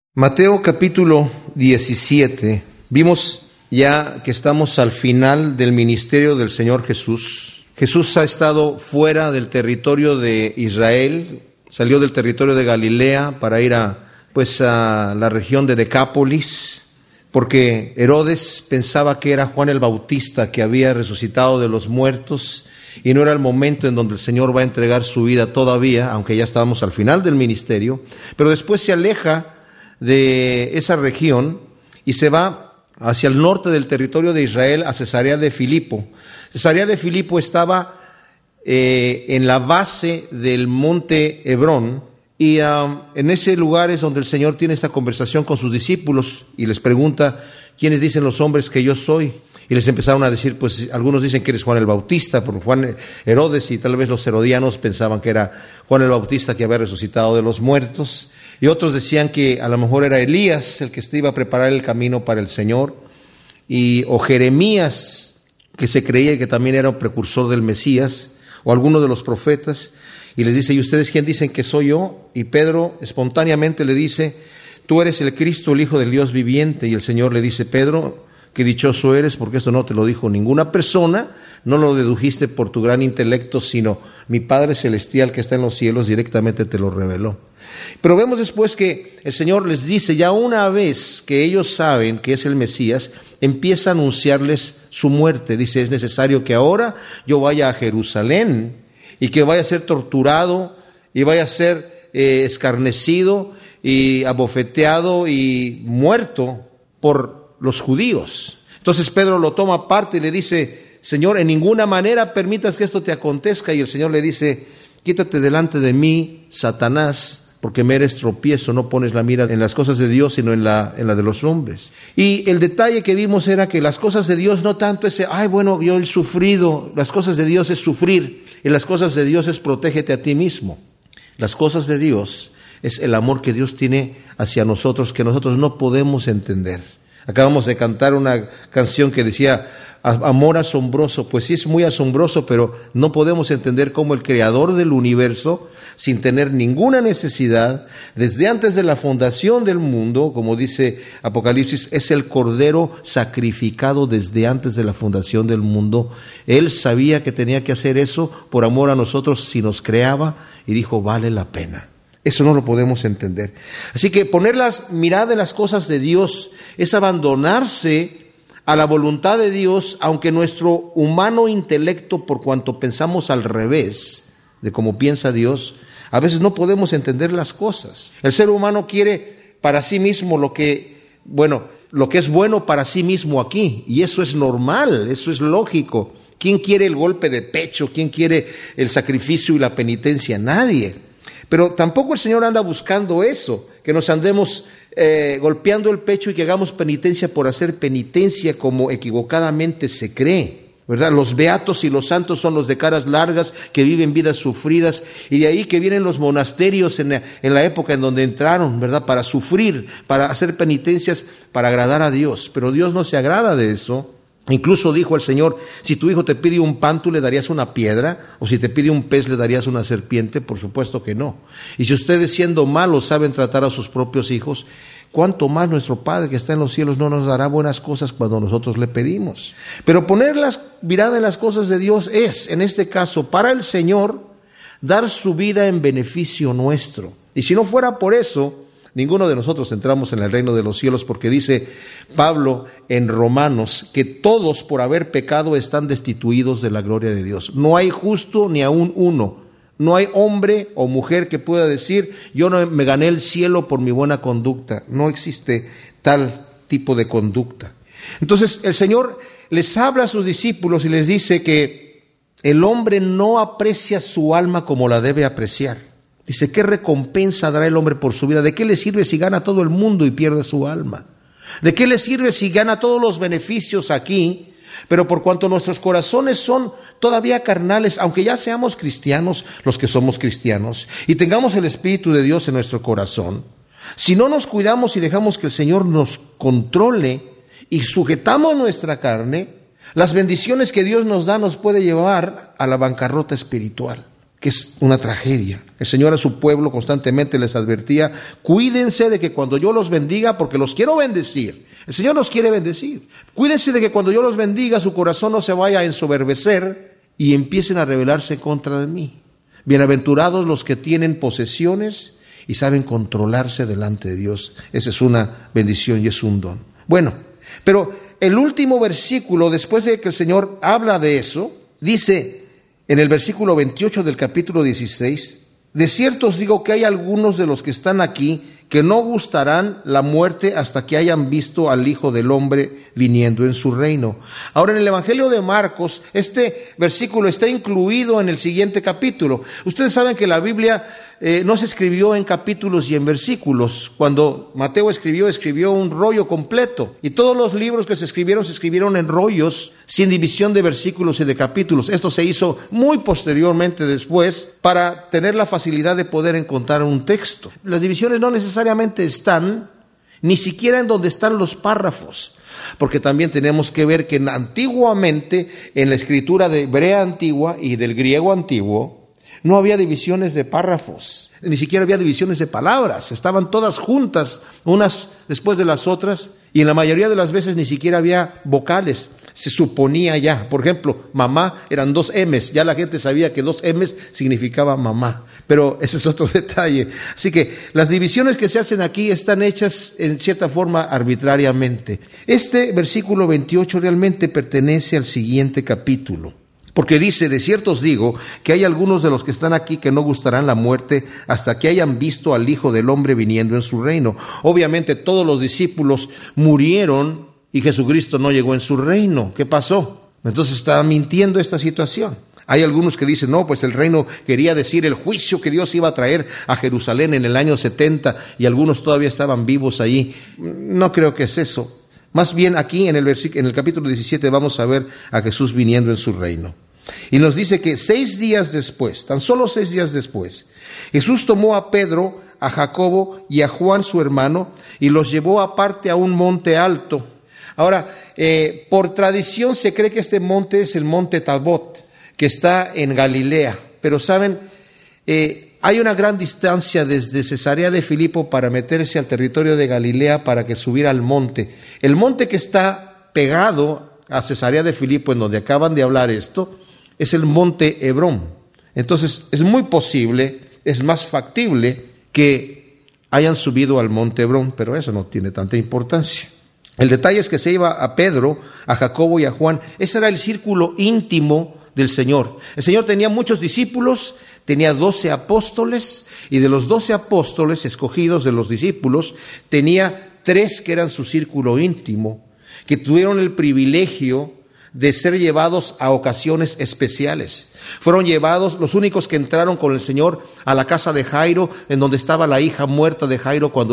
Mateo capítulo 17, vimos ya que estamos al final del ministerio del Señor Jesús. Jesús ha estado fuera del territorio de Israel, salió del territorio de Galilea para ir a la región de Decápolis, porque Herodes pensaba que era Juan el Bautista que había resucitado de los muertos y no era el momento en donde el Señor va a entregar su vida todavía, aunque ya estábamos al final del ministerio, pero después se aleja de esa región y se va hacia el norte del territorio de Israel a Cesarea de Filipo. Cesarea de Filipo estaba en la base del monte Hebrón y en ese lugar es donde el Señor tiene esta conversación con sus discípulos y les pregunta: ¿quiénes dicen los hombres que yo soy? Y les empezaron a decir, pues algunos dicen que eres Juan el Bautista, por Juan Herodes, y tal vez los herodianos pensaban que era Juan el Bautista que había resucitado de los muertos. Y otros decían que a lo mejor era Elías el que iba a preparar el camino para el Señor, o Jeremías, que se creía que también era un precursor del Mesías, o alguno de los profetas. Y les dice: ¿y ustedes quién dicen que soy yo? Y Pedro espontáneamente le dice: tú eres el Cristo, el Hijo del Dios viviente. Y el Señor le dice: Pedro, qué dichoso eres, porque esto no te lo dijo ninguna persona, no lo dedujiste por tu gran intelecto, sino mi Padre Celestial que está en los cielos directamente te lo reveló. Pero vemos después que el Señor les dice, ya una vez que ellos saben que es el Mesías, empieza a anunciarles su muerte. Dice: es necesario que ahora yo vaya a Jerusalén y que vaya a ser torturado y vaya a ser escarnecido y abofeteado y muerto por los judíos. Entonces Pedro lo toma aparte y le dice: Señor, en ninguna manera permitas que esto te acontezca. Y el Señor le dice: quítate delante de mí, Satanás, porque me eres tropiezo, no pones la mira en las cosas de Dios, sino en la de los hombres. Y el detalle que vimos era que las cosas de Dios no tanto ese, yo he sufrido, las cosas de Dios es sufrir, y las cosas de Dios es protégete a ti mismo. Las cosas de Dios es el amor que Dios tiene hacia nosotros, que nosotros no podemos entender. Acabamos de cantar una canción que decía: amor asombroso. Pues sí, es muy asombroso, pero no podemos entender cómo el creador del universo, sin tener ninguna necesidad, desde antes de la fundación del mundo, como dice Apocalipsis, es el Cordero sacrificado desde antes de la fundación del mundo. Él sabía que tenía que hacer eso por amor a nosotros si nos creaba, y dijo: vale la pena. Eso no lo podemos entender. Así que poner la mirada en las cosas de Dios es abandonarse a la voluntad de Dios, aunque nuestro humano intelecto, por cuanto pensamos al revés de cómo piensa Dios, a veces no podemos entender las cosas. El ser humano quiere para sí mismo lo que es bueno para sí mismo aquí, y eso es normal, eso es lógico. ¿Quién quiere el golpe de pecho? ¿Quién quiere el sacrificio y la penitencia? Nadie. Pero tampoco el Señor anda buscando eso, que nos andemos golpeando el pecho y que hagamos penitencia por hacer penitencia como equivocadamente se cree, ¿verdad? Los beatos y los santos son los de caras largas, que viven vidas sufridas, y de ahí que vienen los monasterios en la época en donde entraron, ¿verdad? Para sufrir, para hacer penitencias, para agradar a Dios. Pero Dios no se agrada de eso. Incluso dijo el Señor: si tu hijo te pide un pan, ¿tú le darías una piedra? ¿O si te pide un pez, le darías una serpiente? Por supuesto que no. Y si ustedes, siendo malos, saben tratar a sus propios hijos, ¿cuánto más nuestro Padre que está en los cielos no nos dará buenas cosas cuando nosotros le pedimos? Pero poner la mirada en las cosas de Dios es, en este caso, para el Señor, dar su vida en beneficio nuestro. Y si no fuera por eso, ninguno de nosotros entramos en el reino de los cielos, porque dice Pablo en Romanos que todos por haber pecado están destituidos de la gloria de Dios. No hay justo ni aún uno. No hay hombre o mujer que pueda decir: yo no me gané el cielo por mi buena conducta. No existe tal tipo de conducta. Entonces el Señor les habla a sus discípulos y les dice que el hombre no aprecia su alma como la debe apreciar. Dice: ¿qué recompensa dará el hombre por su vida? ¿De qué le sirve si gana todo el mundo y pierde su alma? ¿De qué le sirve si gana todos los beneficios aquí, pero por cuanto nuestros corazones son todavía carnales, aunque ya seamos cristianos, los que somos cristianos, y tengamos el Espíritu de Dios en nuestro corazón, si no nos cuidamos y dejamos que el Señor nos controle y sujetamos nuestra carne, las bendiciones que Dios nos da nos puede llevar a la bancarrota espiritual? que es una tragedia. El Señor a su pueblo constantemente les advertía: cuídense de que cuando yo los bendiga, porque los quiero bendecir. El Señor nos quiere bendecir. Cuídense de que cuando yo los bendiga, su corazón no se vaya a ensoberbecer y empiecen a rebelarse contra de mí. Bienaventurados los que tienen posesiones y saben controlarse delante de Dios. Esa es una bendición y es un don. Bueno, pero el último versículo, después de que el Señor habla de eso, dice en el versículo 28 del capítulo 16: de cierto os digo que hay algunos de los que están aquí que no gustarán la muerte hasta que hayan visto al Hijo del Hombre viniendo en su reino. Ahora, en el Evangelio de Marcos, este versículo está incluido en el siguiente capítulo. Ustedes saben que la Biblia no se escribió en capítulos y en versículos. Cuando Mateo escribió un rollo completo. Y todos los libros que se escribieron en rollos, sin división de versículos y de capítulos. Esto se hizo muy posteriormente después para tener la facilidad de poder encontrar un texto. Las divisiones no necesariamente están ni siquiera en donde están los párrafos. Porque también tenemos que ver que antiguamente, en la escritura de hebrea antigua y del griego antiguo, no había divisiones de párrafos, ni siquiera había divisiones de palabras. Estaban todas juntas, unas después de las otras, y en la mayoría de las veces ni siquiera había vocales. Se suponía ya, por ejemplo, mamá eran 2 M's, ya la gente sabía que 2 M's significaba mamá, pero ese es otro detalle. Así que las divisiones que se hacen aquí están hechas en cierta forma arbitrariamente. Este versículo 28 realmente pertenece al siguiente capítulo, porque dice: de cierto os digo que hay algunos de los que están aquí que no gustarán la muerte hasta que hayan visto al Hijo del Hombre viniendo en su reino. Obviamente todos los discípulos murieron y Jesucristo no llegó en su reino. ¿Qué pasó? Entonces está mintiendo esta situación. Hay algunos que dicen: no, pues el reino quería decir el juicio que Dios iba a traer a Jerusalén en el año 70, y algunos todavía estaban vivos allí. No creo que es eso. Más bien aquí en el capítulo 17 vamos a ver a Jesús viniendo en su reino. Y nos dice que 6 días después, tan solo 6 días después, Jesús tomó a Pedro, a Jacobo y a Juan su hermano y los llevó aparte a un monte alto. Ahora, por tradición se cree que este monte es el monte Tabot, que está en Galilea. Pero saben, hay una gran distancia desde Cesarea de Filipo para meterse al territorio de Galilea para que subiera al monte. El monte que está pegado a Cesarea de Filipo, en donde acaban de hablar esto, es el monte Hebrón. Entonces es muy posible, es más factible que hayan subido al monte Hebrón, pero eso no tiene tanta importancia. El detalle es que se iba a Pedro, a Jacobo y a Juan. Ese era el círculo íntimo del Señor. El Señor tenía muchos discípulos, tenía 12 apóstoles, y de los 12 apóstoles escogidos de los discípulos, tenía 3 que eran su círculo íntimo, que tuvieron el privilegio de ser llevados a ocasiones especiales. Fueron llevados, los únicos que entraron con el Señor, a la casa de Jairo, en donde estaba la hija muerta de Jairo cuando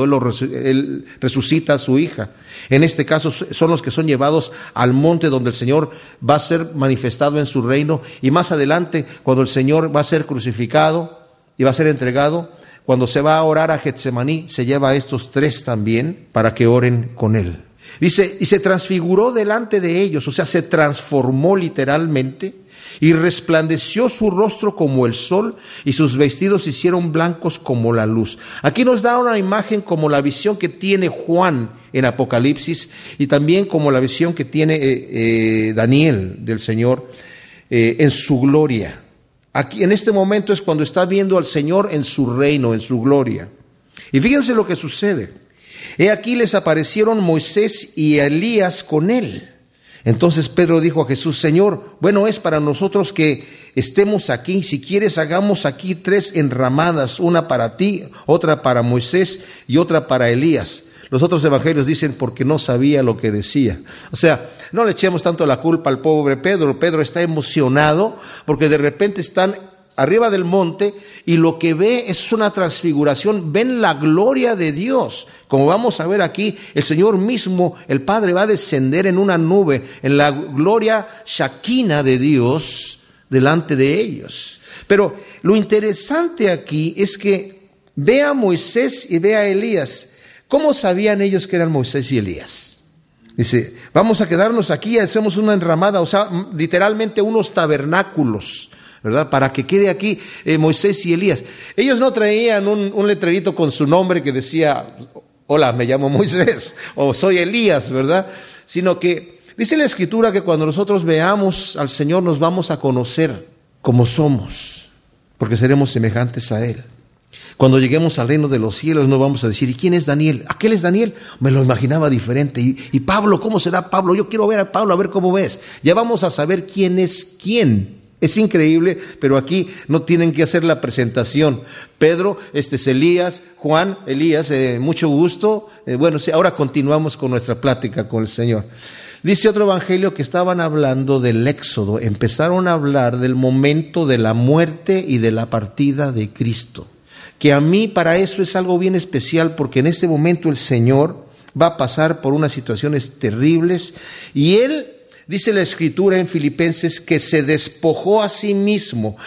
él resucita a su hija. En este caso son los que son llevados al monte donde el Señor va a ser manifestado en su reino, y más adelante, cuando el Señor va a ser crucificado y va a ser entregado, cuando se va a orar a Getsemaní, se lleva a estos 3 también para que oren con él. Dice: y se transfiguró delante de ellos, o sea, se transformó literalmente, y resplandeció su rostro como el sol, y sus vestidos se hicieron blancos como la luz. Aquí nos da una imagen como la visión que tiene Juan en Apocalipsis, y también como la visión que tiene Daniel del Señor en su gloria. Aquí en este momento es cuando está viendo al Señor en su reino, en su gloria. Y fíjense lo que sucede. He aquí les aparecieron Moisés y Elías con él. Entonces Pedro dijo a Jesús: Señor, bueno es para nosotros que estemos aquí. Si quieres, hagamos aquí 3 enramadas, una para ti, otra para Moisés y otra para Elías. Los otros evangelios dicen: porque no sabía lo que decía. O sea, no le echemos tanto la culpa al pobre Pedro. Pedro está emocionado porque de repente están arriba del monte y lo que ve es una transfiguración. Ven la gloria de Dios. Como vamos a ver aquí, el Señor mismo, el Padre, va a descender en una nube, en la gloria Shekinah de Dios delante de ellos. Pero lo interesante aquí es que ve a Moisés y ve a Elías. ¿Cómo sabían ellos que eran Moisés y Elías? Dice: vamos a quedarnos aquí y hacemos una enramada, o sea, literalmente unos tabernáculos. ¿verdad? Para que quede aquí Moisés y Elías. Ellos no traían un letrerito con su nombre que decía, hola, me llamo Moisés, o soy Elías, ¿verdad? Sino que dice la Escritura que cuando nosotros veamos al Señor nos vamos a conocer como somos, porque seremos semejantes a Él. Cuando lleguemos al reino de los cielos no vamos a decir, ¿y quién es Daniel? ¿Aquel es Daniel? Me lo imaginaba diferente. ¿Y Pablo? ¿Cómo será Pablo? Yo quiero ver a Pablo, a ver cómo ves. Ya vamos a saber quién es quién. Es increíble, pero aquí no tienen que hacer la presentación. Pedro, es Elías, Juan, Elías, mucho gusto. Bueno, sí, ahora continuamos con nuestra plática con el Señor. Dice otro evangelio que estaban hablando del Éxodo. Empezaron a hablar del momento de la muerte y de la partida de Cristo. Que a mí para eso es algo bien especial, porque en ese momento el Señor va a pasar por unas situaciones terribles y Él, dice la Escritura en Filipenses, que se despojó a sí mismo,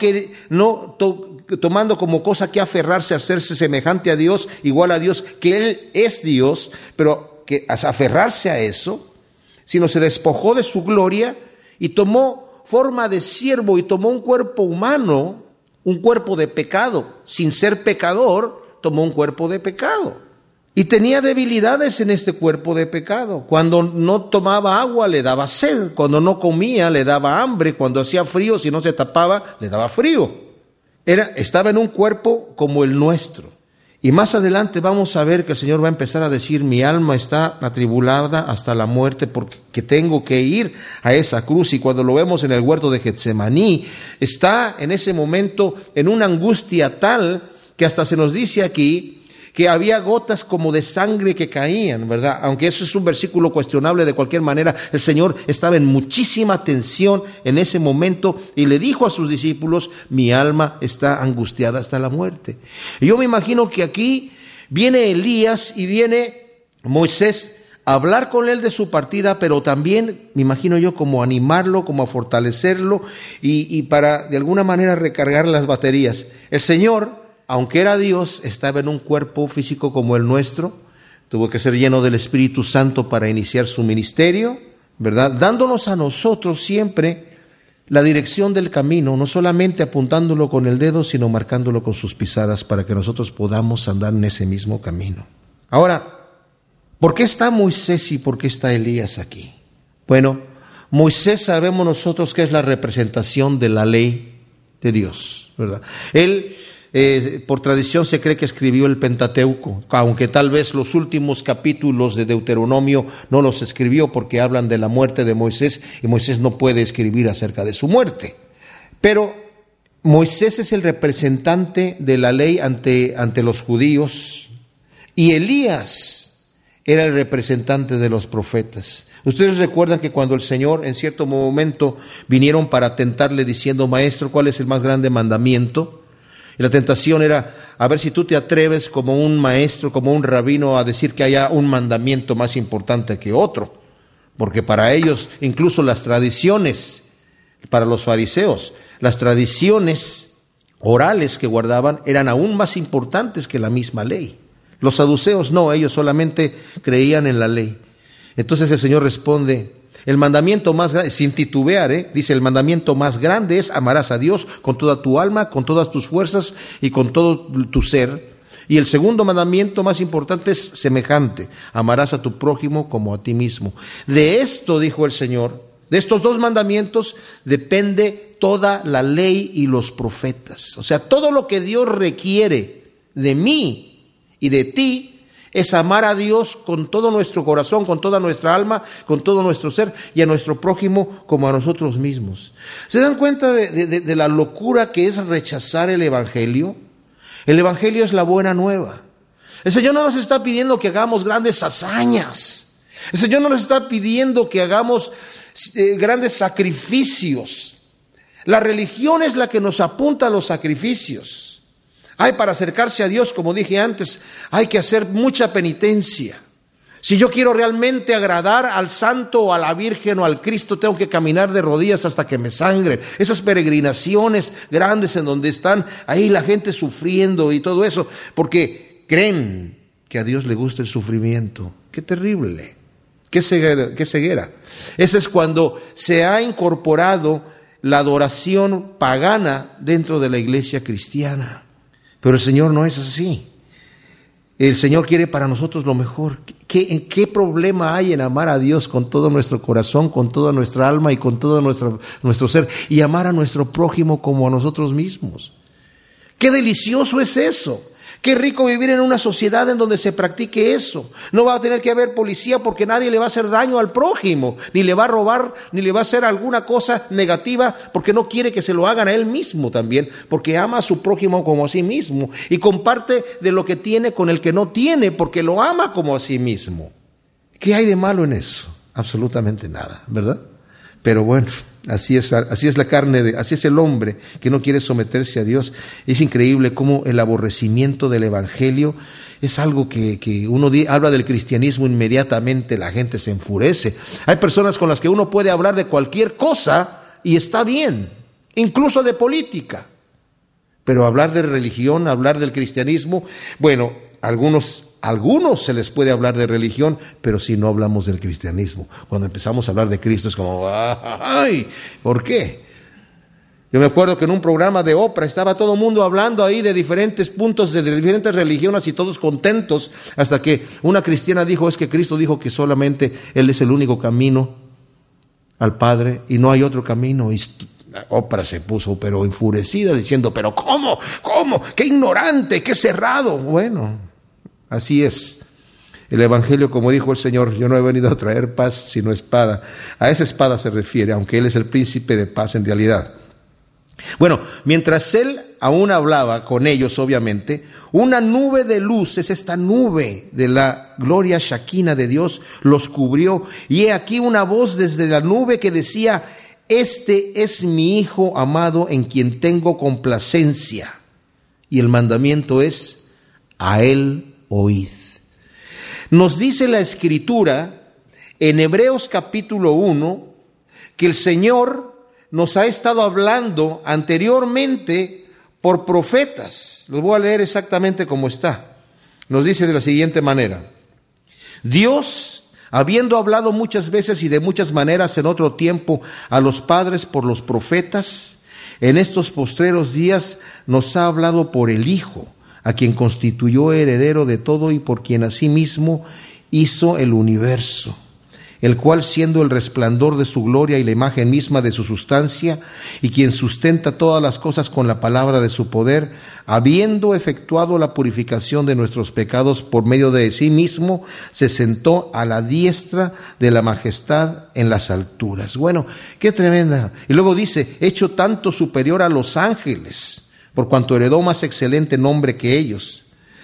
tomando como cosa que aferrarse a hacerse semejante a Dios, igual a Dios, que Él es Dios, pero que aferrarse a eso, sino se despojó de su gloria y tomó forma de siervo y tomó un cuerpo humano, un cuerpo de pecado. Sin ser pecador, tomó un cuerpo de pecado. Y tenía debilidades en este cuerpo de pecado. Cuando no tomaba agua, le daba sed. Cuando no comía, le daba hambre. Cuando hacía frío, si no se tapaba, le daba frío. Estaba en un cuerpo como el nuestro. Y más adelante vamos a ver que el Señor va a empezar a decir, mi alma está atribulada hasta la muerte porque tengo que ir a esa cruz. Y cuando lo vemos en el huerto de Getsemaní, está en ese momento en una angustia tal que hasta se nos dice aquí que había gotas como de sangre que caían, ¿verdad? Aunque eso es un versículo cuestionable de cualquier manera, el Señor estaba en muchísima tensión en ese momento y le dijo a sus discípulos, mi alma está angustiada hasta la muerte. Y yo me imagino que aquí viene Elías y viene Moisés a hablar con él de su partida, pero también me imagino yo como animarlo, como a fortalecerlo y para de alguna manera recargar las baterías. El Señor, aunque era Dios, estaba en un cuerpo físico como el nuestro, tuvo que ser lleno del Espíritu Santo para iniciar su ministerio, ¿verdad? Dándonos a nosotros siempre la dirección del camino, no solamente apuntándolo con el dedo, sino marcándolo con sus pisadas para que nosotros podamos andar en ese mismo camino. Ahora, ¿por qué está Moisés y por qué está Elías aquí? Bueno, Moisés sabemos nosotros que es la representación de la ley de Dios, ¿verdad? Él por tradición se cree que escribió el Pentateuco, aunque tal vez los últimos capítulos de Deuteronomio no los escribió porque hablan de la muerte de Moisés y Moisés no puede escribir acerca de su muerte. Pero Moisés es el representante de la ley ante los judíos y Elías era el representante de los profetas. Ustedes recuerdan que cuando el Señor en cierto momento vinieron para tentarle diciendo, maestro, ¿cuál es el más grande mandamiento? Y la tentación era, a ver si tú te atreves como un maestro, como un rabino, a decir que haya un mandamiento más importante que otro. Porque para ellos, incluso las tradiciones, para los fariseos, las tradiciones orales que guardaban eran aún más importantes que la misma ley. Los saduceos no, ellos solamente creían en la ley. Entonces el Señor responde, el mandamiento más grande, sin titubear, dice, el mandamiento más grande es amarás a Dios con toda tu alma, con todas tus fuerzas y con todo tu ser. Y el segundo mandamiento más importante es semejante, amarás a tu prójimo como a ti mismo. De esto, dijo el Señor, de estos dos mandamientos depende toda la ley y los profetas. O sea, todo lo que Dios requiere de mí y de ti es amar a Dios con todo nuestro corazón, con toda nuestra alma, con todo nuestro ser y a nuestro prójimo como a nosotros mismos. ¿Se dan cuenta de la locura que es rechazar el Evangelio? El Evangelio es la buena nueva. El Señor no nos está pidiendo que hagamos grandes hazañas. El Señor no nos está pidiendo que hagamos grandes sacrificios. La religión es la que nos apunta a los sacrificios. Para acercarse a Dios, como dije antes, hay que hacer mucha penitencia. Si yo quiero realmente agradar al santo o a la Virgen o al Cristo, tengo que caminar de rodillas hasta que me sangren. Esas peregrinaciones grandes en donde están ahí la gente sufriendo y todo eso, porque creen que a Dios le gusta el sufrimiento. ¡Qué terrible! ¡Qué ceguera! Ese es cuando se ha incorporado la adoración pagana dentro de la iglesia cristiana. Pero el Señor no es así. El Señor quiere para nosotros lo mejor. ¿Qué problema hay en amar a Dios con todo nuestro corazón, con toda nuestra alma y con todo nuestro ser, y amar a nuestro prójimo como a nosotros mismos? ¡Qué delicioso es eso! Qué rico vivir en una sociedad en donde se practique eso. No va a tener que haber policía porque nadie le va a hacer daño al prójimo, ni le va a robar, ni le va a hacer alguna cosa negativa, porque no quiere que se lo hagan a él mismo también, porque ama a su prójimo como a sí mismo y comparte de lo que tiene con el que no tiene, porque lo ama como a sí mismo. ¿Qué hay de malo en eso? Absolutamente nada, ¿verdad? Pero bueno, así es la carne, así es el hombre que no quiere someterse a Dios. Es increíble cómo el aborrecimiento del evangelio es algo que uno habla del cristianismo, inmediatamente la gente se enfurece. Hay personas con las que uno puede hablar de cualquier cosa y está bien, incluso de política. Pero hablar de religión, hablar del cristianismo, bueno, algunos se les puede hablar de religión, pero si no hablamos del cristianismo. Cuando empezamos a hablar de Cristo es como, ¡ay! ¿Por qué? Yo me acuerdo que en un programa de Oprah estaba todo el mundo hablando ahí de diferentes puntos, de diferentes religiones y todos contentos, hasta que una cristiana dijo, es que Cristo dijo que solamente Él es el único camino al Padre y no hay otro camino. Y Oprah se puso pero enfurecida diciendo, pero ¿cómo? ¡Qué ignorante! ¡Qué cerrado! Bueno, así es. El evangelio, como dijo el Señor, yo no he venido a traer paz sino espada. A esa espada se refiere, aunque Él es el príncipe de paz en realidad. Bueno, mientras Él aún hablaba con ellos, obviamente, una nube de luz, es esta nube de la gloria Shekinah de Dios, los cubrió. Y he aquí una voz desde la nube que decía, este es mi Hijo amado en quien tengo complacencia. Y el mandamiento es, a Él oíd. Nos dice la Escritura en Hebreos capítulo 1 que el Señor nos ha estado hablando anteriormente por profetas. Los voy a leer exactamente como está. Nos dice de la siguiente manera: Dios, habiendo hablado muchas veces y de muchas maneras en otro tiempo a los padres por los profetas, en estos postreros días nos ha hablado por el Hijo, a quien constituyó heredero de todo y por quien asimismo hizo el universo, el cual, siendo el resplandor de su gloria y la imagen misma de su sustancia, y quien sustenta todas las cosas con la palabra de su poder, habiendo efectuado la purificación de nuestros pecados por medio de sí mismo, se sentó a la diestra de la majestad en las alturas. Bueno, qué tremenda. Y luego dice, hecho tanto superior a los ángeles, por cuanto heredó más excelente nombre que ellos.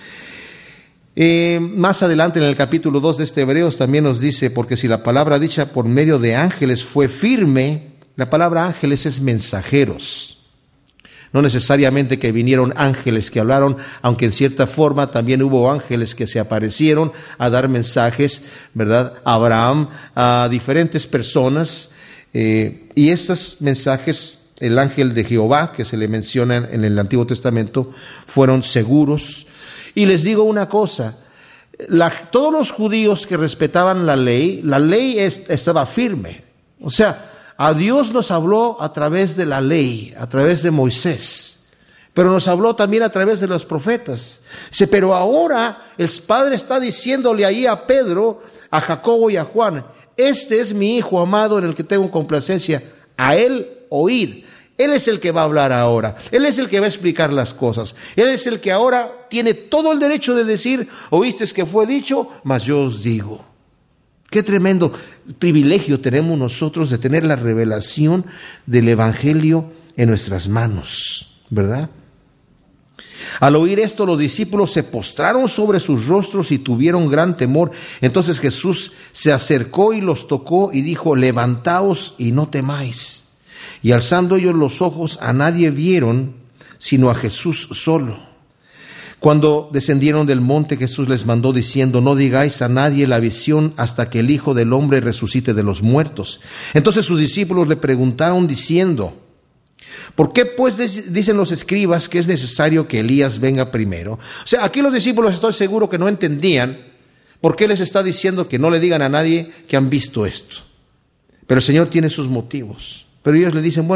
Más adelante en el capítulo 2 de este Hebreos también nos dice, porque si la palabra dicha por medio de ángeles fue firme, la palabra ángeles es mensajeros. No necesariamente que vinieron ángeles que hablaron, aunque en cierta forma también hubo ángeles que se aparecieron a dar mensajes, ¿verdad? A Abraham, a diferentes personas, y estos mensajes, el ángel de Jehová, que se le menciona en el Antiguo Testamento, fueron seguros. Y les digo una cosa, todos los judíos que respetaban la ley estaba firme. O sea, a Dios nos habló a través de la ley, a través de Moisés, pero nos habló también a través de los profetas. Dice, pero ahora el Padre está diciéndole ahí a Pedro, a Jacobo y a Juan, este es mi Hijo amado en el que tengo complacencia, a Él oíd. Él es el que va a hablar ahora. Él es el que va a explicar las cosas. Él es el que ahora tiene todo el derecho de decir, oísteis que fue dicho, mas yo os digo. Qué tremendo privilegio tenemos nosotros de tener la revelación del Evangelio en nuestras manos, ¿verdad? Al oír esto, los discípulos se postraron sobre sus rostros y tuvieron gran temor. Entonces Jesús se acercó y los tocó y dijo, levantaos y no temáis. Y alzando ellos los ojos, a nadie vieron, sino a Jesús solo. Cuando descendieron del monte, Jesús les mandó diciendo, no digáis a nadie la visión hasta que el Hijo del Hombre resucite de los muertos. Entonces sus discípulos le preguntaron diciendo, ¿por qué pues dicen los escribas que es necesario que Elías venga primero? O sea, aquí los discípulos estoy seguro que no entendían por qué les está diciendo que no le digan a nadie que han visto esto. Pero el Señor tiene sus motivos. Pero ellos le dicen, bueno,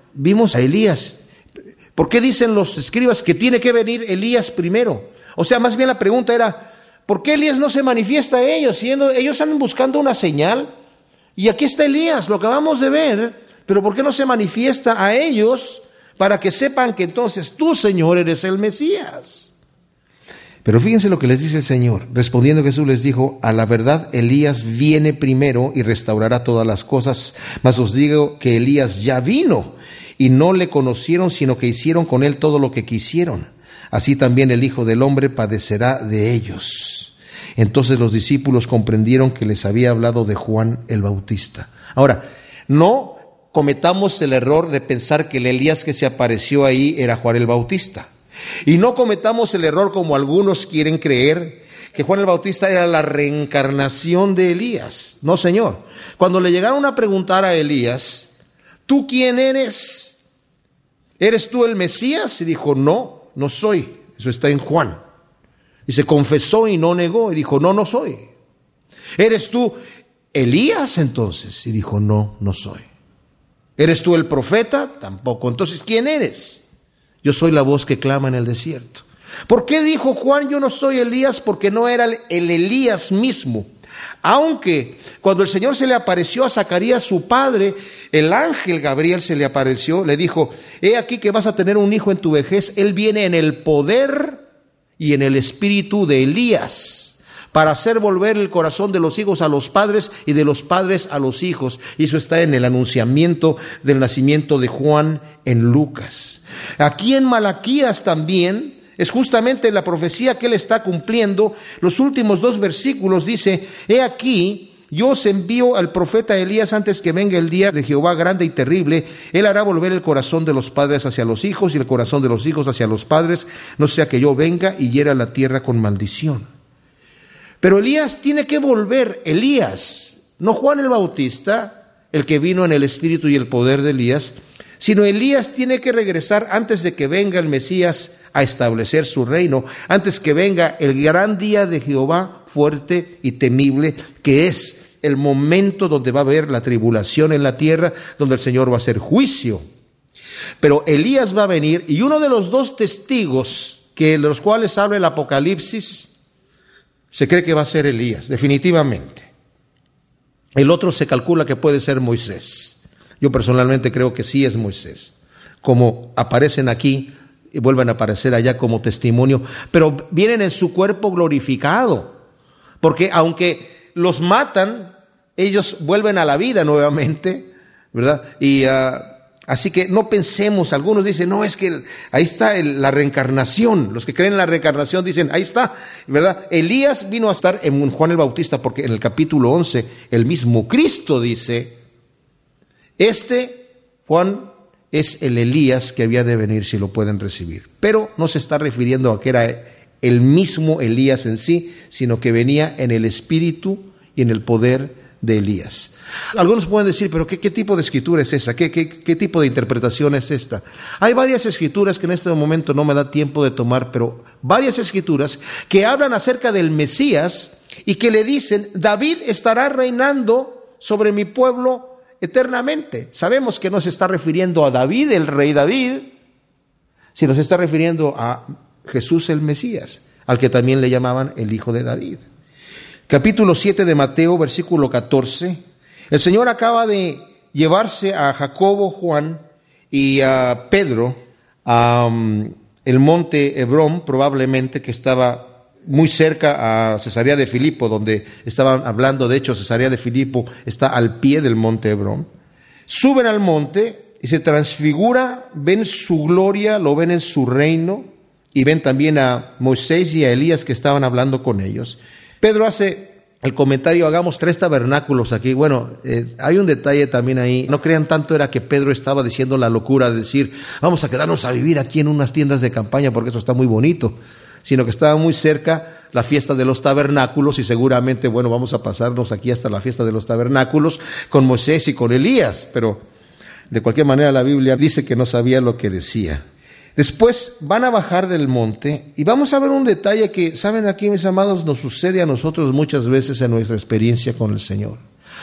vimos a Elías. ¿Por qué dicen los escribas que tiene que venir Elías primero? O sea, más bien la pregunta era, ¿por qué Elías no se manifiesta a ellos? Siendo ellos están buscando una señal, y aquí está Elías, lo acabamos de ver, pero ¿por qué no se manifiesta a ellos para que sepan que entonces tú, Señor, eres el Mesías? Pero fíjense lo que les dice el Señor. Respondiendo Jesús les dijo, a la verdad Elías viene primero y restaurará todas las cosas, mas os digo que Elías ya vino y no le conocieron, sino que hicieron con él todo lo que quisieron. Así también el Hijo del Hombre padecerá de ellos. Entonces los discípulos comprendieron que les había hablado de Juan el Bautista. Ahora, no cometamos el error de pensar que el Elías que se apareció ahí era Juan el Bautista. Y no cometamos el error, como algunos quieren creer, que Juan el Bautista era la reencarnación de Elías. No, Señor. Cuando le llegaron a preguntar a Elías, ¿tú quién eres? ¿Eres tú el Mesías? Y dijo, no, no soy. Eso está en Juan. Y se confesó y no negó. Y dijo, no, no soy. ¿Eres tú Elías entonces? Y dijo, no, no soy. ¿Eres tú el profeta? Tampoco. Entonces, ¿quién eres? Yo soy la voz que clama en el desierto. ¿Por qué dijo Juan, yo no soy Elías? Porque no era el Elías mismo. Aunque cuando el Señor se le apareció a Zacarías, su padre, el ángel Gabriel se le apareció, le dijo, he aquí que vas a tener un hijo en tu vejez, él viene en el poder y en el espíritu de Elías, para hacer volver el corazón de los hijos a los padres y de los padres a los hijos. Y eso está en el anunciamiento del nacimiento de Juan en Lucas. Aquí en Malaquías también es justamente la profecía que él está cumpliendo. Los últimos 2 versículos dice, he aquí, yo os envío al profeta Elías antes que venga el día de Jehová grande y terrible. Él hará volver el corazón de los padres hacia los hijos y el corazón de los hijos hacia los padres, no sea que yo venga y hiera la tierra con maldición. Pero Elías tiene que volver, Elías, no Juan el Bautista, el que vino en el espíritu y el poder de Elías, sino Elías tiene que regresar antes de que venga el Mesías a establecer su reino, antes que venga el gran día de Jehová fuerte y temible, que es el momento donde va a haber la tribulación en la tierra, donde el Señor va a hacer juicio. Pero Elías va a venir, y uno de los 2 testigos de los cuales habla el Apocalipsis, se cree que va a ser Elías, definitivamente. El otro se calcula que puede ser Moisés. Yo personalmente creo que sí es Moisés, como aparecen aquí y vuelven a aparecer allá como testimonio, pero vienen en su cuerpo glorificado, porque aunque los matan, ellos vuelven a la vida nuevamente, ¿verdad? Y así que no pensemos, algunos dicen, no, es que ahí está la reencarnación. Los que creen en la reencarnación dicen, ahí está, ¿verdad? Elías vino a estar en Juan el Bautista, porque en el capítulo 11, el mismo Cristo dice, Juan es el Elías que había de venir, si lo pueden recibir. Pero no se está refiriendo a que era el mismo Elías en sí, sino que venía en el espíritu y en el poder de Elías. Algunos pueden decir, pero ¿qué tipo de escritura es esa? ¿Qué tipo de interpretación es esta? Hay varias escrituras que en este momento no me da tiempo de tomar, pero varias escrituras que hablan acerca del Mesías y que le dicen, David estará reinando sobre mi pueblo eternamente. Sabemos que no se está refiriendo a David, el rey David, sino se está refiriendo a Jesús el Mesías, al que también le llamaban el Hijo de David. Capítulo 7 de Mateo, versículo 14. El Señor acaba de llevarse a Jacobo, Juan y a Pedro a el monte Hebrón, probablemente, que estaba muy cerca a Cesarea de Filipo, donde estaban hablando. De hecho, Cesarea de Filipo está al pie del monte Hebrón. Suben al monte y se transfigura, ven su gloria, lo ven en su reino, y ven también a Moisés y a Elías que estaban hablando con ellos. Pedro hace el comentario, hagamos 3 tabernáculos aquí. Bueno, hay un detalle también ahí. No crean tanto era que Pedro estaba diciendo la locura de decir, vamos a quedarnos a vivir aquí en unas tiendas de campaña porque eso está muy bonito, sino que estaba muy cerca la fiesta de los tabernáculos y seguramente, bueno, vamos a pasarnos aquí hasta la fiesta de los tabernáculos con Moisés y con Elías, pero de cualquier manera la Biblia dice que no sabía lo que decía. Después van a bajar del monte y vamos a ver un detalle que, ¿saben aquí, mis amados? Nos sucede a nosotros muchas veces en nuestra experiencia con el Señor.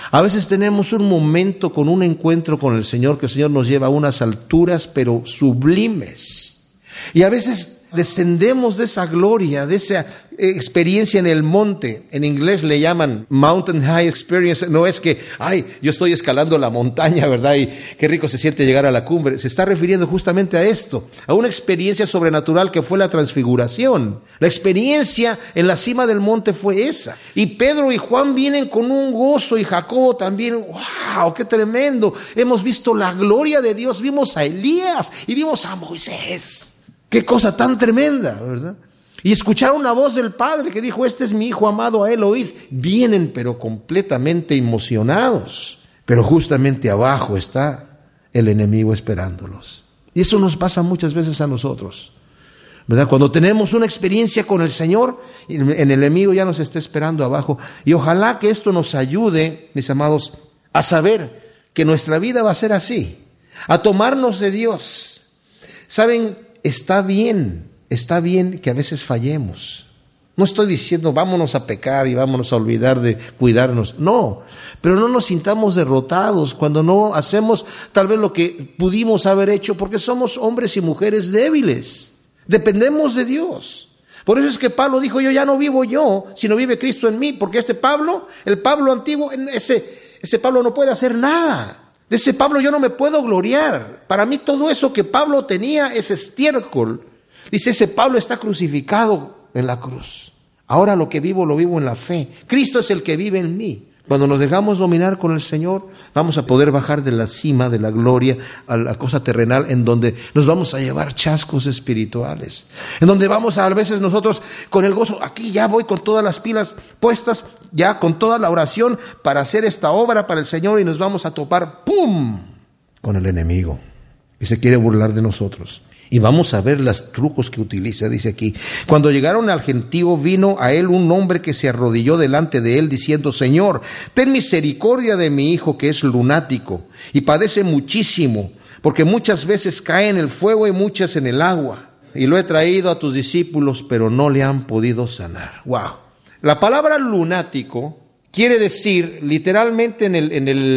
A veces tenemos un momento con un encuentro con el Señor, que el Señor nos lleva a unas alturas pero sublimes. Y a veces descendemos de esa gloria, de esa experiencia en el monte. En inglés le llaman Mountain High Experience. No es que, yo estoy escalando la montaña, ¿verdad? Y qué rico se siente llegar a la cumbre. Se está refiriendo justamente a esto, a una experiencia sobrenatural que fue la transfiguración. La experiencia en la cima del monte fue esa. Y Pedro y Juan vienen con un gozo, y Jacobo también. ¡Wow! ¡Qué tremendo! Hemos visto la gloria de Dios. Vimos a Elías y vimos a Moisés. ¡Qué cosa tan tremenda!, ¿verdad? Y escucharon una voz del Padre que dijo: este es mi Hijo amado, a él oíd. Vienen pero completamente emocionados. Pero justamente abajo está el enemigo esperándolos. Y eso nos pasa muchas veces a nosotros, ¿verdad? Cuando tenemos una experiencia con el Señor, el enemigo ya nos está esperando abajo. Y ojalá que esto nos ayude, mis amados, a saber que nuestra vida va a ser así, a tomarnos de Dios. ¿Saben? Está bien que a veces fallemos. No estoy diciendo vámonos a pecar y vámonos a olvidar de cuidarnos. No, pero no nos sintamos derrotados cuando no hacemos tal vez lo que pudimos haber hecho, porque somos hombres y mujeres débiles. Dependemos de Dios. Por eso es que Pablo dijo: yo ya no vivo yo, sino vive Cristo en mí. Porque Pablo, el Pablo antiguo, ese Pablo no puede hacer nada. De ese Pablo yo no me puedo gloriar. Para mí todo eso que Pablo tenía es estiércol. Dice: ese Pablo está crucificado en la cruz. Ahora lo que vivo, lo vivo en la fe. Cristo es el que vive en mí. Cuando nos dejamos dominar con el Señor, vamos a poder bajar de la cima de la gloria a la cosa terrenal, en donde nos vamos a llevar chascos espirituales, en donde vamos a veces nosotros con el gozo: aquí ya voy con todas las pilas puestas, ya con toda la oración para hacer esta obra para el Señor, y nos vamos a topar, ¡pum!, con el enemigo que se quiere burlar de nosotros. Y vamos a ver los trucos que utiliza. Dice aquí: cuando llegaron al gentío, vino a él un hombre que se arrodilló delante de él, diciendo: Señor, ten misericordia de mi hijo, que es lunático y padece muchísimo, porque muchas veces cae en el fuego y muchas en el agua. Y lo he traído a tus discípulos, pero no le han podido sanar. ¡Wow! La palabra lunático quiere decir, literalmente en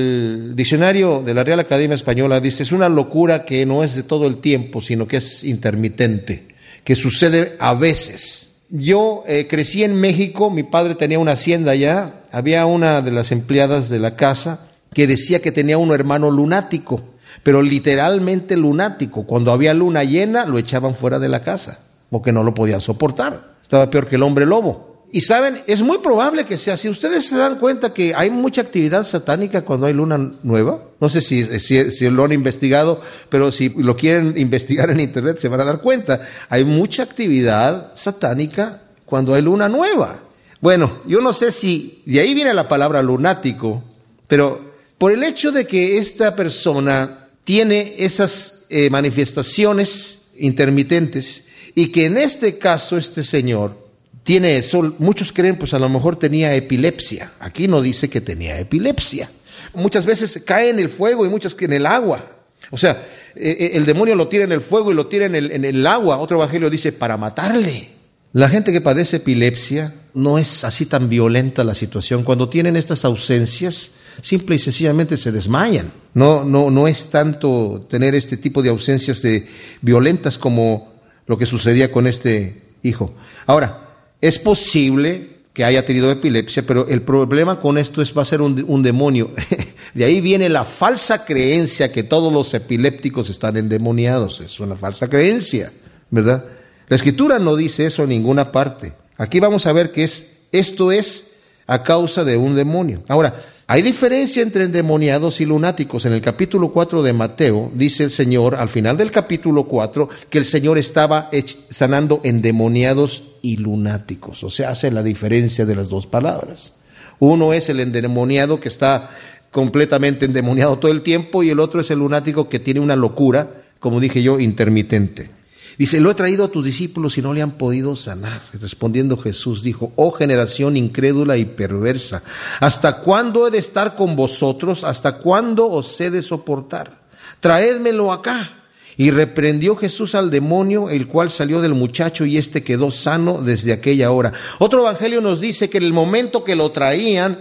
el diccionario de la Real Academia Española, dice: es una locura que no es de todo el tiempo, sino que es intermitente, que sucede a veces. Yo crecí en México, mi padre tenía una hacienda allá, había una de las empleadas de la casa que decía que tenía un hermano lunático, pero literalmente lunático. Cuando había luna llena, lo echaban fuera de la casa, porque no lo podía soportar. Estaba peor que el hombre lobo. Y saben, es muy probable que sea así. ¿Ustedes se dan cuenta que hay mucha actividad satánica cuando hay luna nueva? No sé si lo han investigado, pero si lo quieren investigar en internet se van a dar cuenta. Hay mucha actividad satánica cuando hay luna nueva. Bueno, yo no sé si de ahí viene la palabra lunático, pero por el hecho de que esta persona tiene esas manifestaciones intermitentes, y que en este caso este señor tiene eso, muchos creen, pues a lo mejor tenía epilepsia. Aquí no dice que tenía epilepsia. Muchas veces cae en el fuego y muchas en el agua. O sea, el demonio lo tira en el fuego y lo tira en el agua. Otro evangelio dice: para matarle. La gente que padece epilepsia no es así tan violenta la situación. Cuando tienen estas ausencias, simple y sencillamente se desmayan. No es tanto tener este tipo de ausencias violentas como lo que sucedía con este hijo. Ahora, es posible que haya tenido epilepsia, pero el problema con esto va a ser un demonio. De ahí viene la falsa creencia que todos los epilépticos están endemoniados. Es una falsa creencia, ¿verdad? La Escritura no dice eso en ninguna parte. Aquí vamos a ver que esto es a causa de un demonio. Ahora, hay diferencia entre endemoniados y lunáticos. En el capítulo 4 de Mateo dice el Señor, al final del capítulo 4, que el Señor estaba sanando endemoniados y lunáticos. O sea, hace la diferencia de las dos palabras. Uno es el endemoniado que está completamente endemoniado todo el tiempo, y el otro es el lunático que tiene una locura, como dije yo, intermitente. Dice: lo he traído a tus discípulos y no le han podido sanar. Respondiendo Jesús dijo: oh generación incrédula y perversa, ¿hasta cuándo he de estar con vosotros? ¿Hasta cuándo os he de soportar? Traédmelo acá. Y reprendió Jesús al demonio, el cual salió del muchacho, y éste quedó sano desde aquella hora. Otro evangelio nos dice que en el momento que lo traían,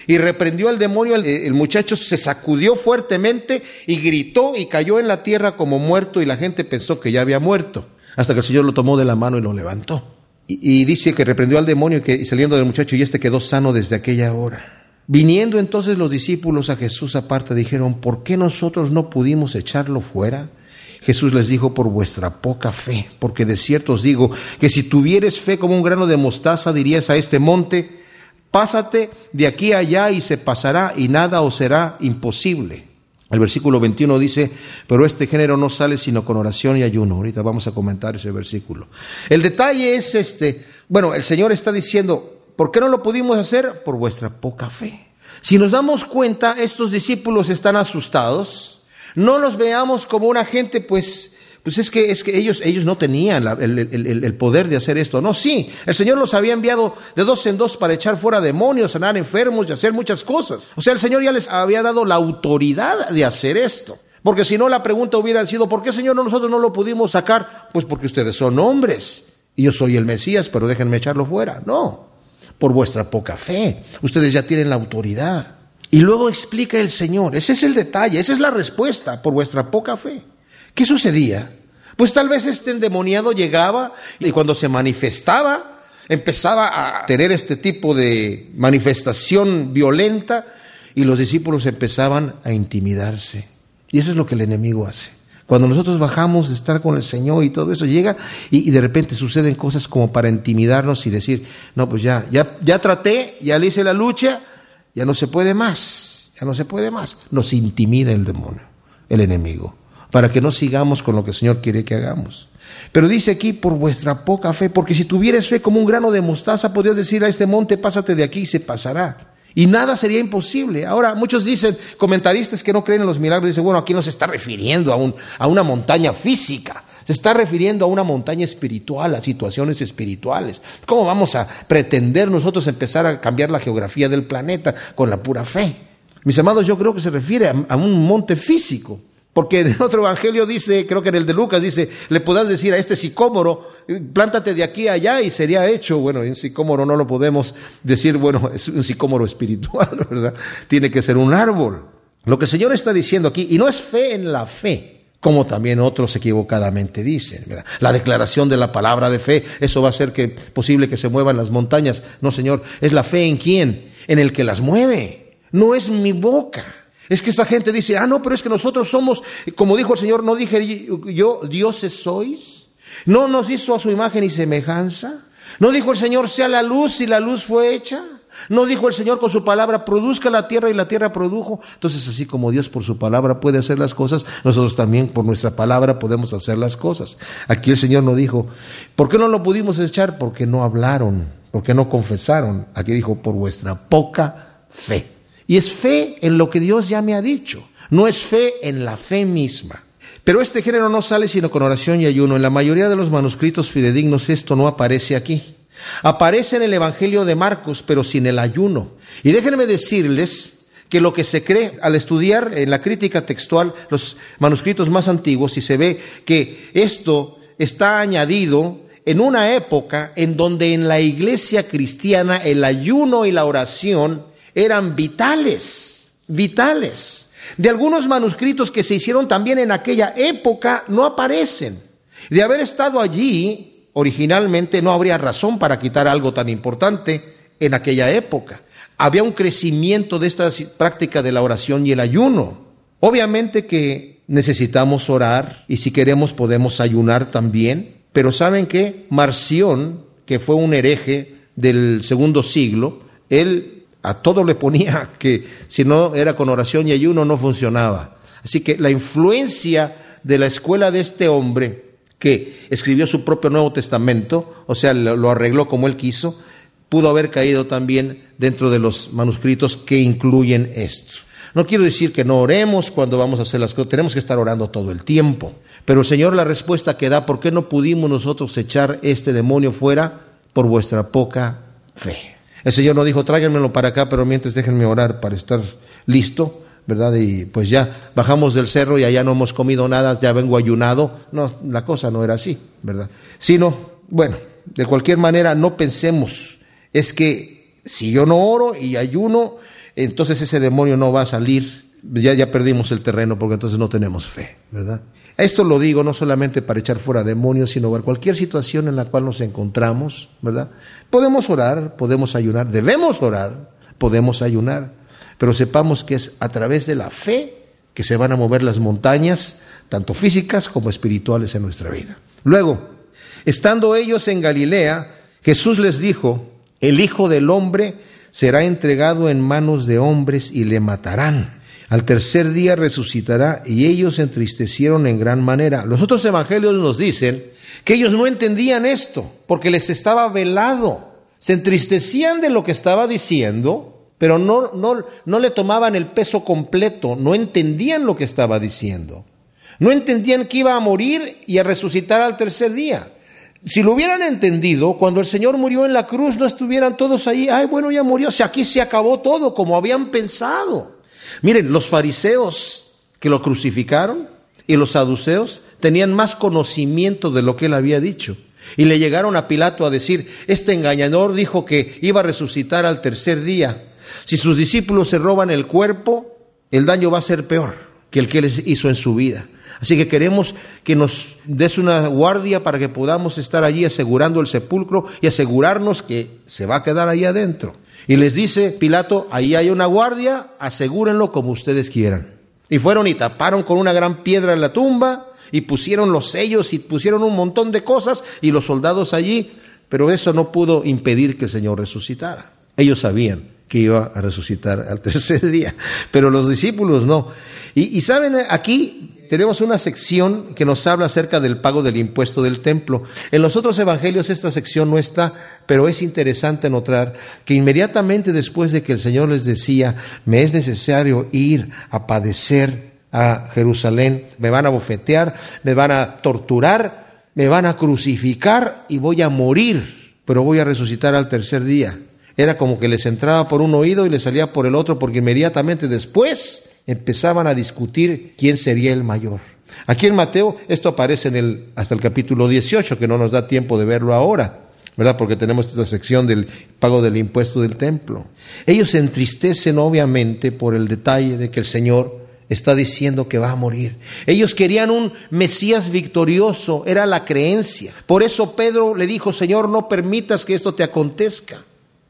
y reprendió al demonio. El muchacho se sacudió fuertemente y gritó y cayó en la tierra como muerto, y la gente pensó que ya había muerto, hasta que el Señor lo tomó de la mano y lo levantó. Y dice que reprendió al demonio y saliendo del muchacho, y este quedó sano desde aquella hora. Viniendo entonces los discípulos a Jesús aparte, dijeron: ¿por qué nosotros no pudimos echarlo fuera? Jesús les dijo: por vuestra poca fe, porque de cierto os digo que si tuvieres fe como un grano de mostaza, dirías a este monte: pásate de aquí a allá, y se pasará, y nada os será imposible. El versículo 21 dice: pero este género no sale sino con oración y ayuno. Ahorita vamos a comentar ese versículo. El detalle es el Señor está diciendo: ¿por qué no lo pudimos hacer? Por vuestra poca fe. Si nos damos cuenta, estos discípulos están asustados. No los veamos como una gente, pues es que ellos no tenían el poder de hacer esto. No, sí, el Señor los había enviado de dos en dos para echar fuera demonios, sanar enfermos y hacer muchas cosas. O sea, el Señor ya les había dado la autoridad de hacer esto. Porque si no, la pregunta hubiera sido: ¿por qué, Señor, nosotros no lo pudimos sacar? Pues porque ustedes son hombres y yo soy el Mesías, pero déjenme echarlo fuera. No, por vuestra poca fe. Ustedes ya tienen la autoridad. Y luego explica el Señor, ese es el detalle, esa es la respuesta: por vuestra poca fe. ¿Qué sucedía? Pues tal vez este endemoniado llegaba y cuando se manifestaba, empezaba a tener este tipo de manifestación violenta, y los discípulos empezaban a intimidarse. Y eso es lo que el enemigo hace. Cuando nosotros bajamos de estar con el Señor y todo eso, llega y de repente suceden cosas como para intimidarnos y decir: no, pues ya traté, ya le hice la lucha, ya no se puede más, Nos intimida el demonio, el enemigo, para que no sigamos con lo que el Señor quiere que hagamos. Pero dice aquí: por vuestra poca fe, porque si tuvieres fe como un grano de mostaza, podrías decir a este monte: pásate de aquí, y se pasará. Y nada sería imposible. Ahora, muchos dicen, comentaristas que no creen en los milagros, dicen: bueno, aquí no se está refiriendo a una montaña física, se está refiriendo a una montaña espiritual, a situaciones espirituales. ¿Cómo vamos a pretender nosotros empezar a cambiar la geografía del planeta con la pura fe? Mis amados, yo creo que se refiere a un monte físico. Porque en otro evangelio dice, creo que en el de Lucas dice: le podrás decir a este sicómoro: plántate de aquí a allá, y sería hecho. Bueno, un sicómoro no lo podemos decir, bueno, es un sicómoro espiritual, ¿verdad? Tiene que ser un árbol. Lo que el Señor está diciendo aquí, y no es fe en la fe, como también otros equivocadamente dicen, ¿verdad? La declaración de la palabra de fe, eso va a hacer posible que se muevan las montañas. No, Señor, es la fe en ¿quién? En el que las mueve. No es mi boca. Es que esta gente dice: no, pero es que nosotros somos, como dijo el Señor, no dije yo, dioses sois. No nos hizo a su imagen y semejanza. No dijo el Señor: sea la luz, y la luz fue hecha. No dijo el Señor con su palabra: produzca la tierra, y la tierra produjo. Entonces, así como Dios por su palabra puede hacer las cosas, nosotros también por nuestra palabra podemos hacer las cosas. Aquí el Señor no dijo: ¿por qué no lo pudimos echar? Porque no hablaron, porque no confesaron. Aquí dijo: por vuestra poca fe. Y es fe en lo que Dios ya me ha dicho, no es fe en la fe misma. Pero este género no sale sino con oración y ayuno. En la mayoría de los manuscritos fidedignos esto no aparece aquí. Aparece en el Evangelio de Marcos, pero sin el ayuno. Y déjenme decirles que lo que se cree al estudiar en la crítica textual los manuscritos más antiguos, y se ve que esto está añadido en una época en donde en la iglesia cristiana el ayuno y la oración eran vitales. De algunos manuscritos que se hicieron también en aquella época no aparecen. De haber estado allí originalmente, no habría razón para quitar algo tan importante en aquella época. Había un crecimiento de esta práctica de la oración y el ayuno. Obviamente que necesitamos orar, y si queremos podemos ayunar también. Pero ¿saben qué? Marción, que fue un hereje del segundo siglo, él a todo le ponía que si no era con oración y ayuno no funcionaba. Así que la influencia de la escuela de este hombre, que escribió su propio Nuevo Testamento, o sea, lo arregló como él quiso, pudo haber caído también dentro de los manuscritos que incluyen esto. No quiero decir que no oremos cuando vamos a hacer las cosas, tenemos que estar orando todo el tiempo. Pero el Señor, la respuesta que da: ¿por qué no pudimos nosotros echar este demonio fuera? Por vuestra poca fe. El Señor no dijo: tráiganmelo para acá, pero mientras déjenme orar para estar listo, ¿verdad? Y pues ya bajamos del cerro y allá no hemos comido nada, ya vengo ayunado. No, la cosa no era así, ¿verdad? Sino, bueno, de cualquier manera no pensemos, es que si yo no oro y ayuno, entonces ese demonio no va a salir. Ya perdimos el terreno porque entonces no tenemos fe, ¿verdad? Esto lo digo no solamente para echar fuera demonios, sino para cualquier situación en la cual nos encontramos, ¿verdad? Podemos orar, podemos ayunar, debemos orar, podemos ayunar, pero sepamos que es a través de la fe que se van a mover las montañas, tanto físicas como espirituales en nuestra vida. Luego, estando ellos en Galilea, Jesús les dijo: el Hijo del Hombre será entregado en manos de hombres y le matarán. Al tercer día resucitará. Y ellos se entristecieron en gran manera. Los otros evangelios nos dicen que ellos no entendían esto, porque les estaba velado. Se entristecían de lo que estaba diciendo, pero no le tomaban el peso completo, no entendían lo que estaba diciendo. No entendían que iba a morir y a resucitar al tercer día. Si lo hubieran entendido, cuando el Señor murió en la cruz, no estuvieran todos ahí, ay, bueno, ya murió, o sea, aquí se acabó todo, como habían pensado. Miren, los fariseos que lo crucificaron y los saduceos tenían más conocimiento de lo que él había dicho. Y le llegaron a Pilato a decir: este engañador dijo que iba a resucitar al tercer día. Si sus discípulos se roban el cuerpo, el daño va a ser peor que el que él hizo en su vida. Así que queremos que nos des una guardia para que podamos estar allí asegurando el sepulcro y asegurarnos que se va a quedar ahí adentro. Y les dice Pilato: ahí hay una guardia, asegúrenlo como ustedes quieran. Y fueron y taparon con una gran piedra en la tumba y pusieron los sellos y pusieron un montón de cosas y los soldados allí, pero eso no pudo impedir que el Señor resucitara. Ellos sabían que iba a resucitar al tercer día, pero los discípulos no. Y saben, aquí tenemos una sección que nos habla acerca del pago del impuesto del templo. En los otros evangelios esta sección no está, pero es interesante notar que inmediatamente después de que el Señor les decía: me es necesario ir a padecer a Jerusalén, me van a bofetear, me van a torturar, me van a crucificar y voy a morir, pero voy a resucitar al tercer día. Era como que les entraba por un oído y les salía por el otro, porque inmediatamente después empezaban a discutir quién sería el mayor. Aquí en Mateo esto aparece hasta el capítulo 18, que no nos da tiempo de verlo ahora, ¿verdad? Porque tenemos esta sección del pago del impuesto del templo. Ellos se entristecen obviamente por el detalle de que el Señor está diciendo que va a morir. Ellos querían un Mesías victorioso, era la creencia. Por eso Pedro le dijo: Señor, no permitas que esto te acontezca.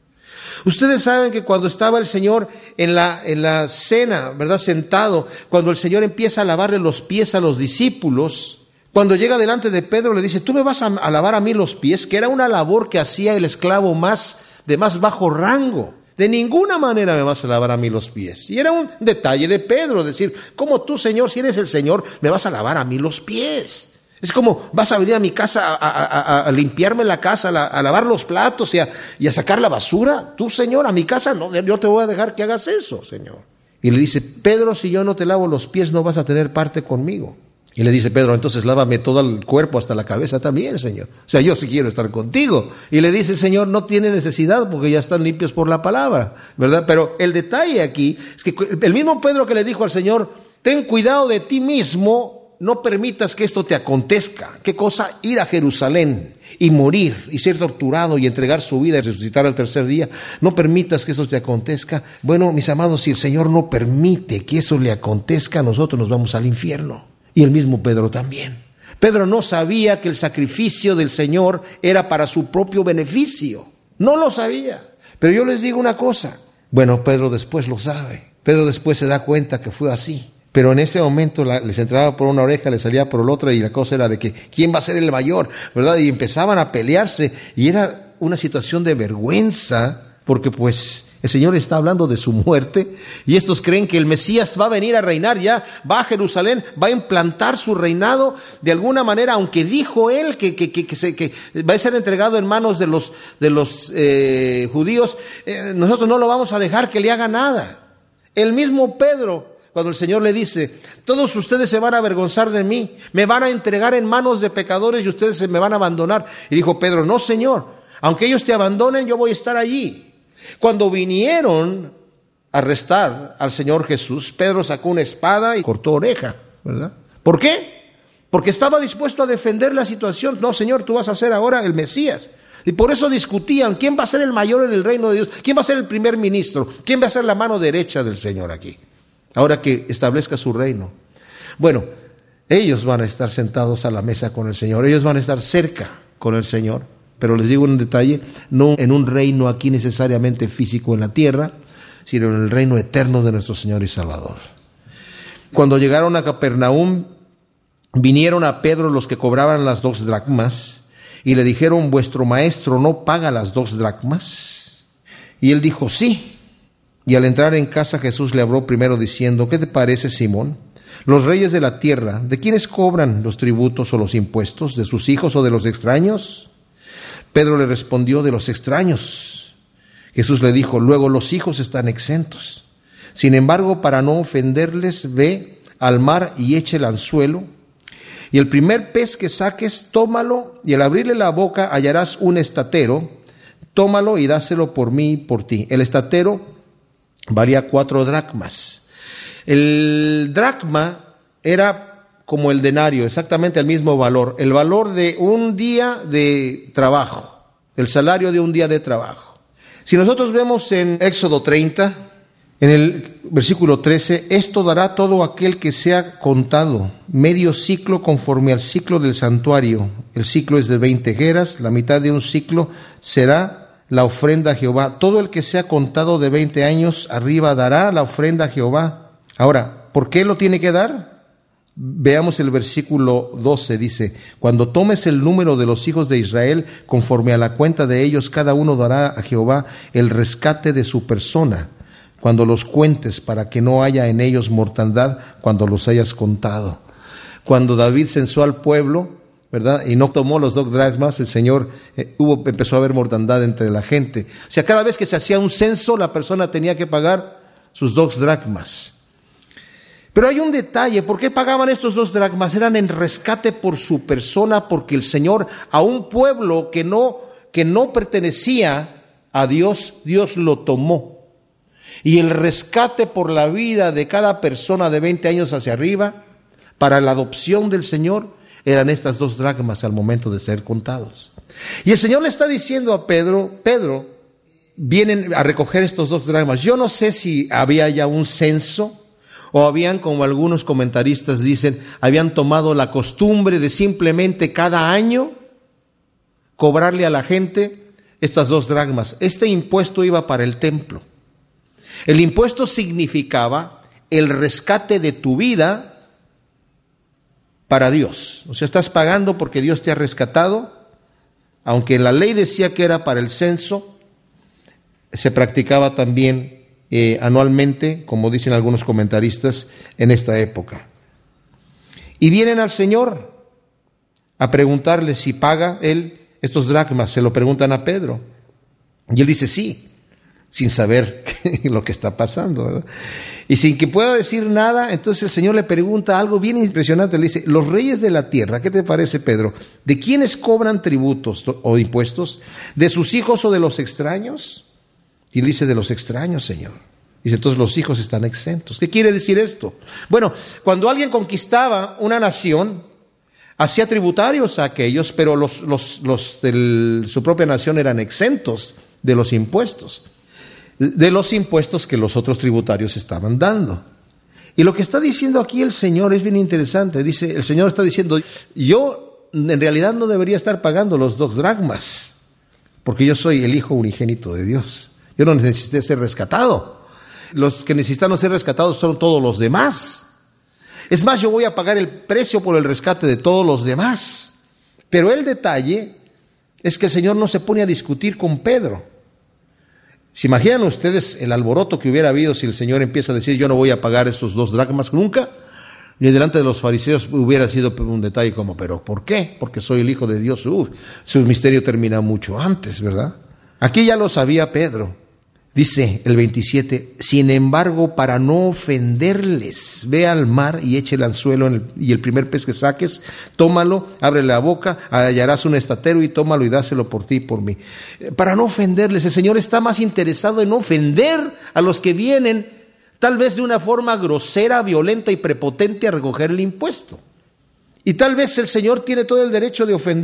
Ustedes saben que cuando estaba el Señor en la cena, ¿verdad?, sentado, cuando el Señor empieza a lavarle los pies a los discípulos, cuando llega delante de Pedro le dice: tú me vas a lavar a mí los pies, que era una labor que hacía el esclavo de más bajo rango. De ninguna manera me vas a lavar a mí los pies. Y era un detalle de Pedro, decir: ¿cómo tú, Señor, si eres el Señor, me vas a lavar a mí los pies? Es como: vas a venir a mi casa a limpiarme la casa, a lavar los platos y a sacar la basura. Tú, Señor, a mi casa, no, yo te voy a dejar que hagas eso, Señor. Y le dice: Pedro, si yo no te lavo los pies, no vas a tener parte conmigo. Y le dice Pedro: entonces lávame todo el cuerpo hasta la cabeza también, Señor. O sea, yo sí quiero estar contigo. Y le dice el Señor: no tiene necesidad porque ya están limpios por la palabra, ¿verdad? Pero el detalle aquí es que el mismo Pedro que le dijo al Señor: ten cuidado de ti mismo, no permitas que esto te acontezca. ¿Qué cosa? Ir a Jerusalén y morir y ser torturado y entregar su vida y resucitar al tercer día. No permitas que eso te acontezca. Bueno, mis amados, si el Señor no permite que eso le acontezca, nosotros nos vamos al infierno. Y el mismo Pedro también. Pedro no sabía que el sacrificio del Señor era para su propio beneficio. No lo sabía. Pero yo les digo una cosa. Bueno, Pedro después lo sabe. Pedro después se da cuenta que fue así. Pero en ese momento les entraba por una oreja, les salía por la otra, y la cosa era de que quién va a ser el mayor, ¿verdad? Y empezaban a pelearse y era una situación de vergüenza, porque pues el Señor está hablando de su muerte y estos creen que el Mesías va a venir a reinar ya, va a Jerusalén, va a implantar su reinado de alguna manera, aunque dijo él que va a ser entregado en manos de los judíos. Nosotros no lo vamos a dejar que le haga nada. El mismo Pedro, cuando el Señor le dice: todos ustedes se van a avergonzar de mí, me van a entregar en manos de pecadores y ustedes me van a abandonar. Y dijo Pedro: no, Señor, aunque ellos te abandonen, yo voy a estar allí. Cuando vinieron a arrestar al Señor Jesús, Pedro sacó una espada y cortó oreja, ¿verdad? ¿Por qué? Porque estaba dispuesto a defender la situación. No, Señor, tú vas a ser ahora el Mesías. Y por eso discutían, ¿quién va a ser el mayor en el reino de Dios? ¿Quién va a ser el primer ministro? ¿Quién va a ser la mano derecha del Señor aquí? Ahora que establezca su reino. Bueno, ellos van a estar sentados a la mesa con el Señor, ellos van a estar cerca con el Señor. Pero les digo un detalle, no en un reino aquí necesariamente físico en la tierra, sino en el reino eterno de nuestro Señor y Salvador. Cuando llegaron a Capernaum, vinieron a Pedro los que cobraban las 2 dracmas y le dijeron, ¿vuestro maestro no paga las 2 dracmas? Y él dijo, sí. Y al entrar en casa Jesús le habló primero diciendo, ¿qué te parece, Simón? Los reyes de la tierra, ¿de quiénes cobran los tributos o los impuestos? ¿De sus hijos o de los extraños? Pedro le respondió, de los extraños. Jesús le dijo, luego los hijos están exentos. Sin embargo, para no ofenderles, ve al mar y eche el anzuelo. Y el primer pez que saques, tómalo, y al abrirle la boca hallarás un estatero. Tómalo y dáselo por mí y por ti. El estatero valía 4 dracmas. El dracma era como el denario, exactamente el mismo valor. El valor de un día de trabajo, el salario de un día de trabajo. Si nosotros vemos en Éxodo 30, en el versículo 13, esto dará todo aquel que sea contado, medio ciclo conforme al ciclo del santuario. El ciclo es de 20 geras, la mitad de un ciclo será la ofrenda a Jehová. Todo el que sea contado de 20 años arriba dará la ofrenda a Jehová. Ahora, ¿por qué lo tiene que dar? Veamos el versículo 12, dice, cuando tomes el número de los hijos de Israel, conforme a la cuenta de ellos, cada uno dará a Jehová el rescate de su persona, cuando los cuentes, para que no haya en ellos mortandad cuando los hayas contado. Cuando David censó al pueblo, ¿verdad?, y no tomó los 2 dracmas, el Señor empezó a haber mortandad entre la gente. O sea, cada vez que se hacía un censo, la persona tenía que pagar sus 2 dracmas. Pero hay un detalle, ¿por qué pagaban estos 2 dracmas? Eran en rescate por su persona, porque el Señor, a un pueblo que no pertenecía a Dios, Dios lo tomó. Y el rescate por la vida de cada persona de 20 años hacia arriba, para la adopción del Señor, eran estas 2 dracmas al momento de ser contados. Y el Señor le está diciendo a Pedro, vienen a recoger estos 2 dracmas. Yo no sé si había ya un censo, o habían, como algunos comentaristas dicen, habían tomado la costumbre de simplemente cada año cobrarle a la gente estas 2 dracmas. Este impuesto iba para el templo. El impuesto significaba el rescate de tu vida para Dios. O sea, estás pagando porque Dios te ha rescatado. Aunque la ley decía que era para el censo, se practicaba también anualmente, como dicen algunos comentaristas, en esta época. Y vienen al Señor a preguntarle si paga él estos dracmas. Se lo preguntan a Pedro. Y él dice sí, sin saber lo que está pasando, ¿verdad? Y sin que pueda decir nada, entonces el Señor le pregunta algo bien impresionante. Le dice, los reyes de la tierra, ¿qué te parece, Pedro? ¿De quiénes cobran tributos o impuestos? ¿De sus hijos o de los extraños? Y él dice, de los extraños, Señor. Dice, entonces los hijos están exentos. ¿Qué quiere decir esto? Bueno, cuando alguien conquistaba una nación, hacía tributarios a aquellos, pero los de su propia nación eran exentos de los impuestos que los otros tributarios estaban dando. Y lo que está diciendo aquí el Señor es bien interesante. Dice, el Señor está diciendo, yo en realidad no debería estar pagando los 2 dracmas, porque yo soy el Hijo unigénito de Dios. Yo no necesité ser rescatado. Los que necesitan ser rescatados son todos los demás. Es más, yo voy a pagar el precio por el rescate de todos los demás. Pero el detalle es que el Señor no se pone a discutir con Pedro. ¿Se imaginan ustedes el alboroto que hubiera habido si el Señor empieza a decir, yo no voy a pagar estos 2 dracmas nunca? Y delante de los fariseos hubiera sido un detalle como, ¿pero por qué? Porque soy el Hijo de Dios. Su misterio termina mucho antes, ¿verdad? Aquí ya lo sabía Pedro. Dice el 27, sin embargo, para no ofenderles, ve al mar y eche el anzuelo y el primer pez que saques, tómalo, abre la boca, hallarás un estatero y tómalo y dáselo por ti y por mí. Para no ofenderles, el Señor está más interesado en ofender a los que vienen, tal vez de una forma grosera, violenta y prepotente a recoger el impuesto. Y tal vez el Señor tiene todo el derecho de ofender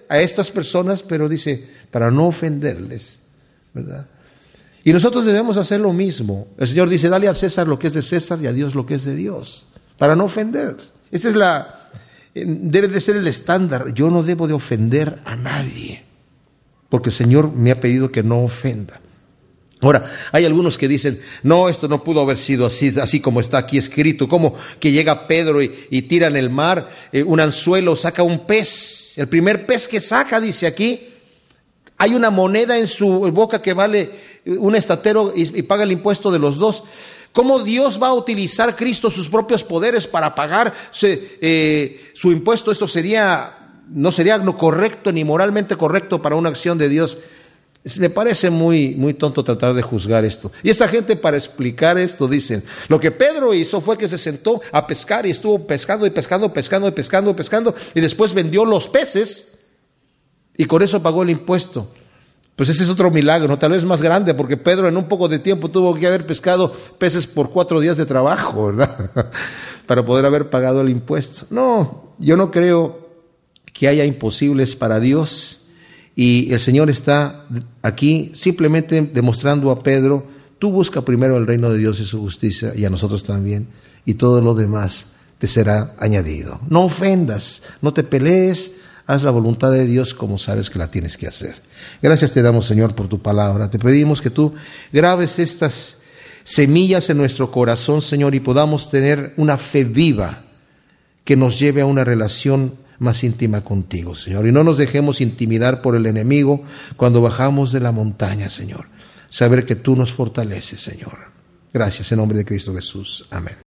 a estas personas, pero dice, para no ofenderles, ¿verdad? Y nosotros debemos hacer lo mismo. El Señor dice, dale al César lo que es de César y a Dios lo que es de Dios, para no ofender. Esa es debe de ser el estándar. Yo no debo de ofender a nadie, porque el Señor me ha pedido que no ofenda. Ahora, hay algunos que dicen, no, esto no pudo haber sido así como está aquí escrito. Como que llega Pedro y tira en el mar un anzuelo, saca un pez. El primer pez que saca, dice aquí, hay una moneda en su boca que vale un estatero y paga el impuesto de los dos. ¿Cómo Dios va a utilizar Cristo sus propios poderes para pagar su impuesto? Esto no sería lo correcto ni moralmente correcto para una acción de Dios. Me parece muy, muy tonto tratar de juzgar esto. Y esta gente, para explicar esto, dicen, lo que Pedro hizo fue que se sentó a pescar y estuvo pescando y pescando, y después vendió los peces y con eso pagó el impuesto. Pues ese es otro milagro, ¿no? Tal vez más grande, porque Pedro en un poco de tiempo tuvo que haber pescado peces por 4 días de trabajo, ¿verdad? Para poder haber pagado el impuesto. No, yo no creo que haya imposibles para Dios. Y el Señor está aquí simplemente demostrando a Pedro, tú busca primero el reino de Dios y su justicia, y a nosotros también, y todo lo demás te será añadido. No ofendas, no te pelees, haz la voluntad de Dios como sabes que la tienes que hacer. Gracias te damos, Señor, por tu palabra. Te pedimos que tú grabes estas semillas en nuestro corazón, Señor, y podamos tener una fe viva que nos lleve a una relación más íntima contigo, Señor. Y no nos dejemos intimidar por el enemigo cuando bajamos de la montaña, Señor. Saber que tú nos fortaleces, Señor. Gracias en nombre de Cristo Jesús. Amén.